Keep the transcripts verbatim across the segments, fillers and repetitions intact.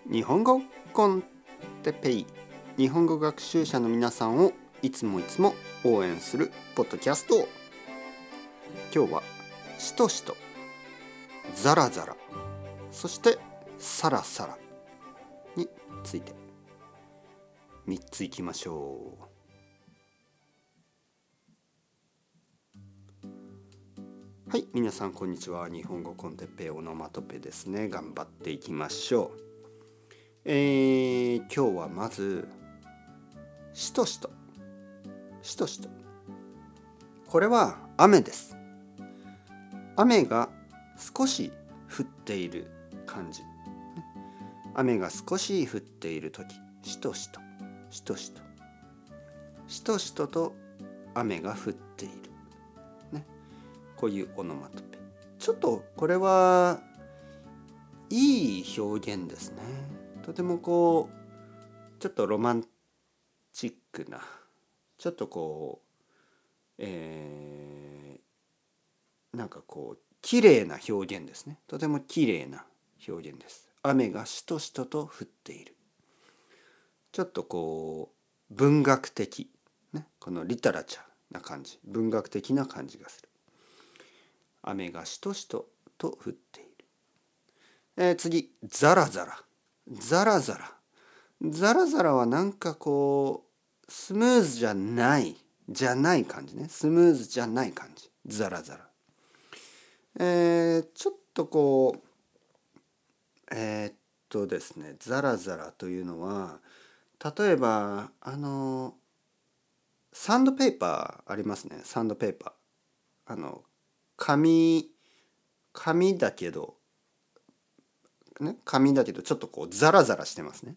日本語コンテペイ、日本語学習者の皆さんをいつもいつも応援するポッドキャスト。今日はしとしと、ザラザラ、そしてサラサラについてみっついきましょう。はい、皆さんこんにちは。日本語コンテッペイオノマトペですね。頑張っていきましょう。えー、今日はまずしとしとしとしと、これは雨です。雨が少し降っている感じ。雨が少し降っているとき、しとしとしとしとしとしとと雨が降っている、ね、こういうオノマトペ。ちょっとこれはいい表現ですね。とてもこうちょっとロマンチックな、ちょっとこう、えー、なんかこう綺麗な表現ですね。とても綺麗な表現です。雨がしとしとと降っている。ちょっとこう文学的、ね、このリタラチャーな感じ、文学的な感じがする。雨がしとしとと降っている。えー、次、ザラザラ。ザラザラ。ザラザラはなんかこうスムーズじゃないじゃない感じね。スムーズじゃない感じ。ザラザラ。えー、ちょっとこうえー、っとですねザラザラというのは、例えばあのサンドペーパーありますね。サンドペーパー、あの紙紙だけどね、紙だけどちょっとこうザラザラしてますね。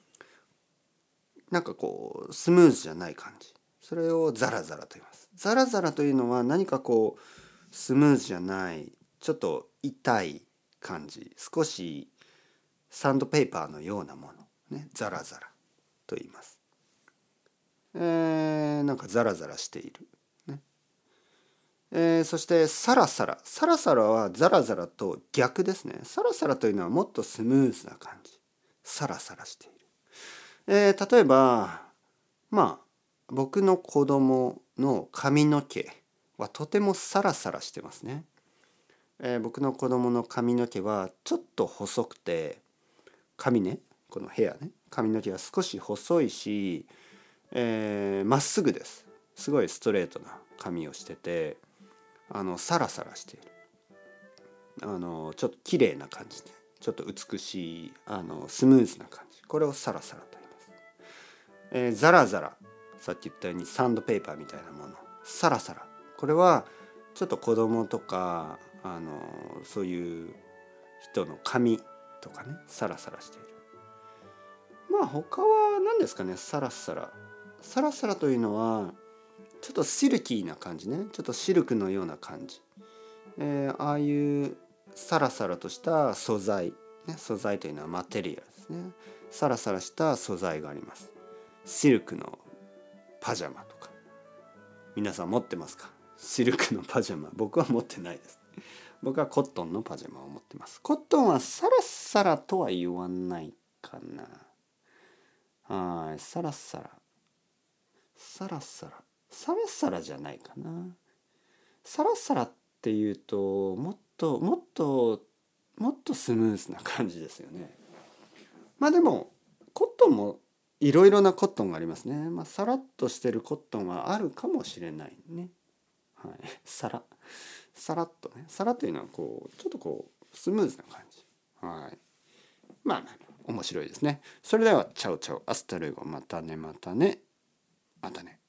なんかこうスムーズじゃない感じ。それをザラザラと言います。ザラザラというのは何かこうスムーズじゃない、ちょっと痛い感じ、少しサンドペーパーのようなもの、ね、ザラザラと言います。えー、なんかザラザラしている、ね。えー、そしてサラサラ。サラサラはザラザラと逆ですね。サラサラというのはもっとスムーズな感じ。サラサラしている。えー、例えばまあ僕の子供の髪の毛はとてもサラサラしてますね。えー、僕の子供の髪の毛はちょっと細くて、髪ね、このヘアね、髪の毛は少し細いし、えー、まっすぐです。すごいストレートな髪をしてて、あのサラサラしている。あのちょっと綺麗な感じで、ちょっと美しい、あのスムーズな感じ。これをサラサラと言います。えー、ザラザラ。さっき言ったようにサンドペーパーみたいなもの。サラサラ。これはちょっと子供とかあのそういう人の髪とかね、サラサラしている。まあ他は何ですかね。サラサラ。サラサラというのはちょっとシルキーな感じね。ちょっとシルクのような感じ。えー、ああいうサラサラとした素材、ね、素材というのはマテリアルですね。サラサラした素材があります。シルクのパジャマとか、皆さん持ってますか？シルクのパジャマ。僕は持ってないです。僕はコットンのパジャマを持ってます。コットンはサラサラとは言わないかな。はい、サラサラサラサラサラサラじゃないかな。サラサラっていうともっともっともっとスムーズな感じですよね。まあでもコットンもいろいろなコットンがありますね。まあサラッとしてるコットンはあるかもしれないね。はい、サラサラッとね。サラというのはこうちょっとこうスムーズな感じ。はい。まあまあ面白いですね。それではチャオチャオアスタルエゴ、またねまたねまたね。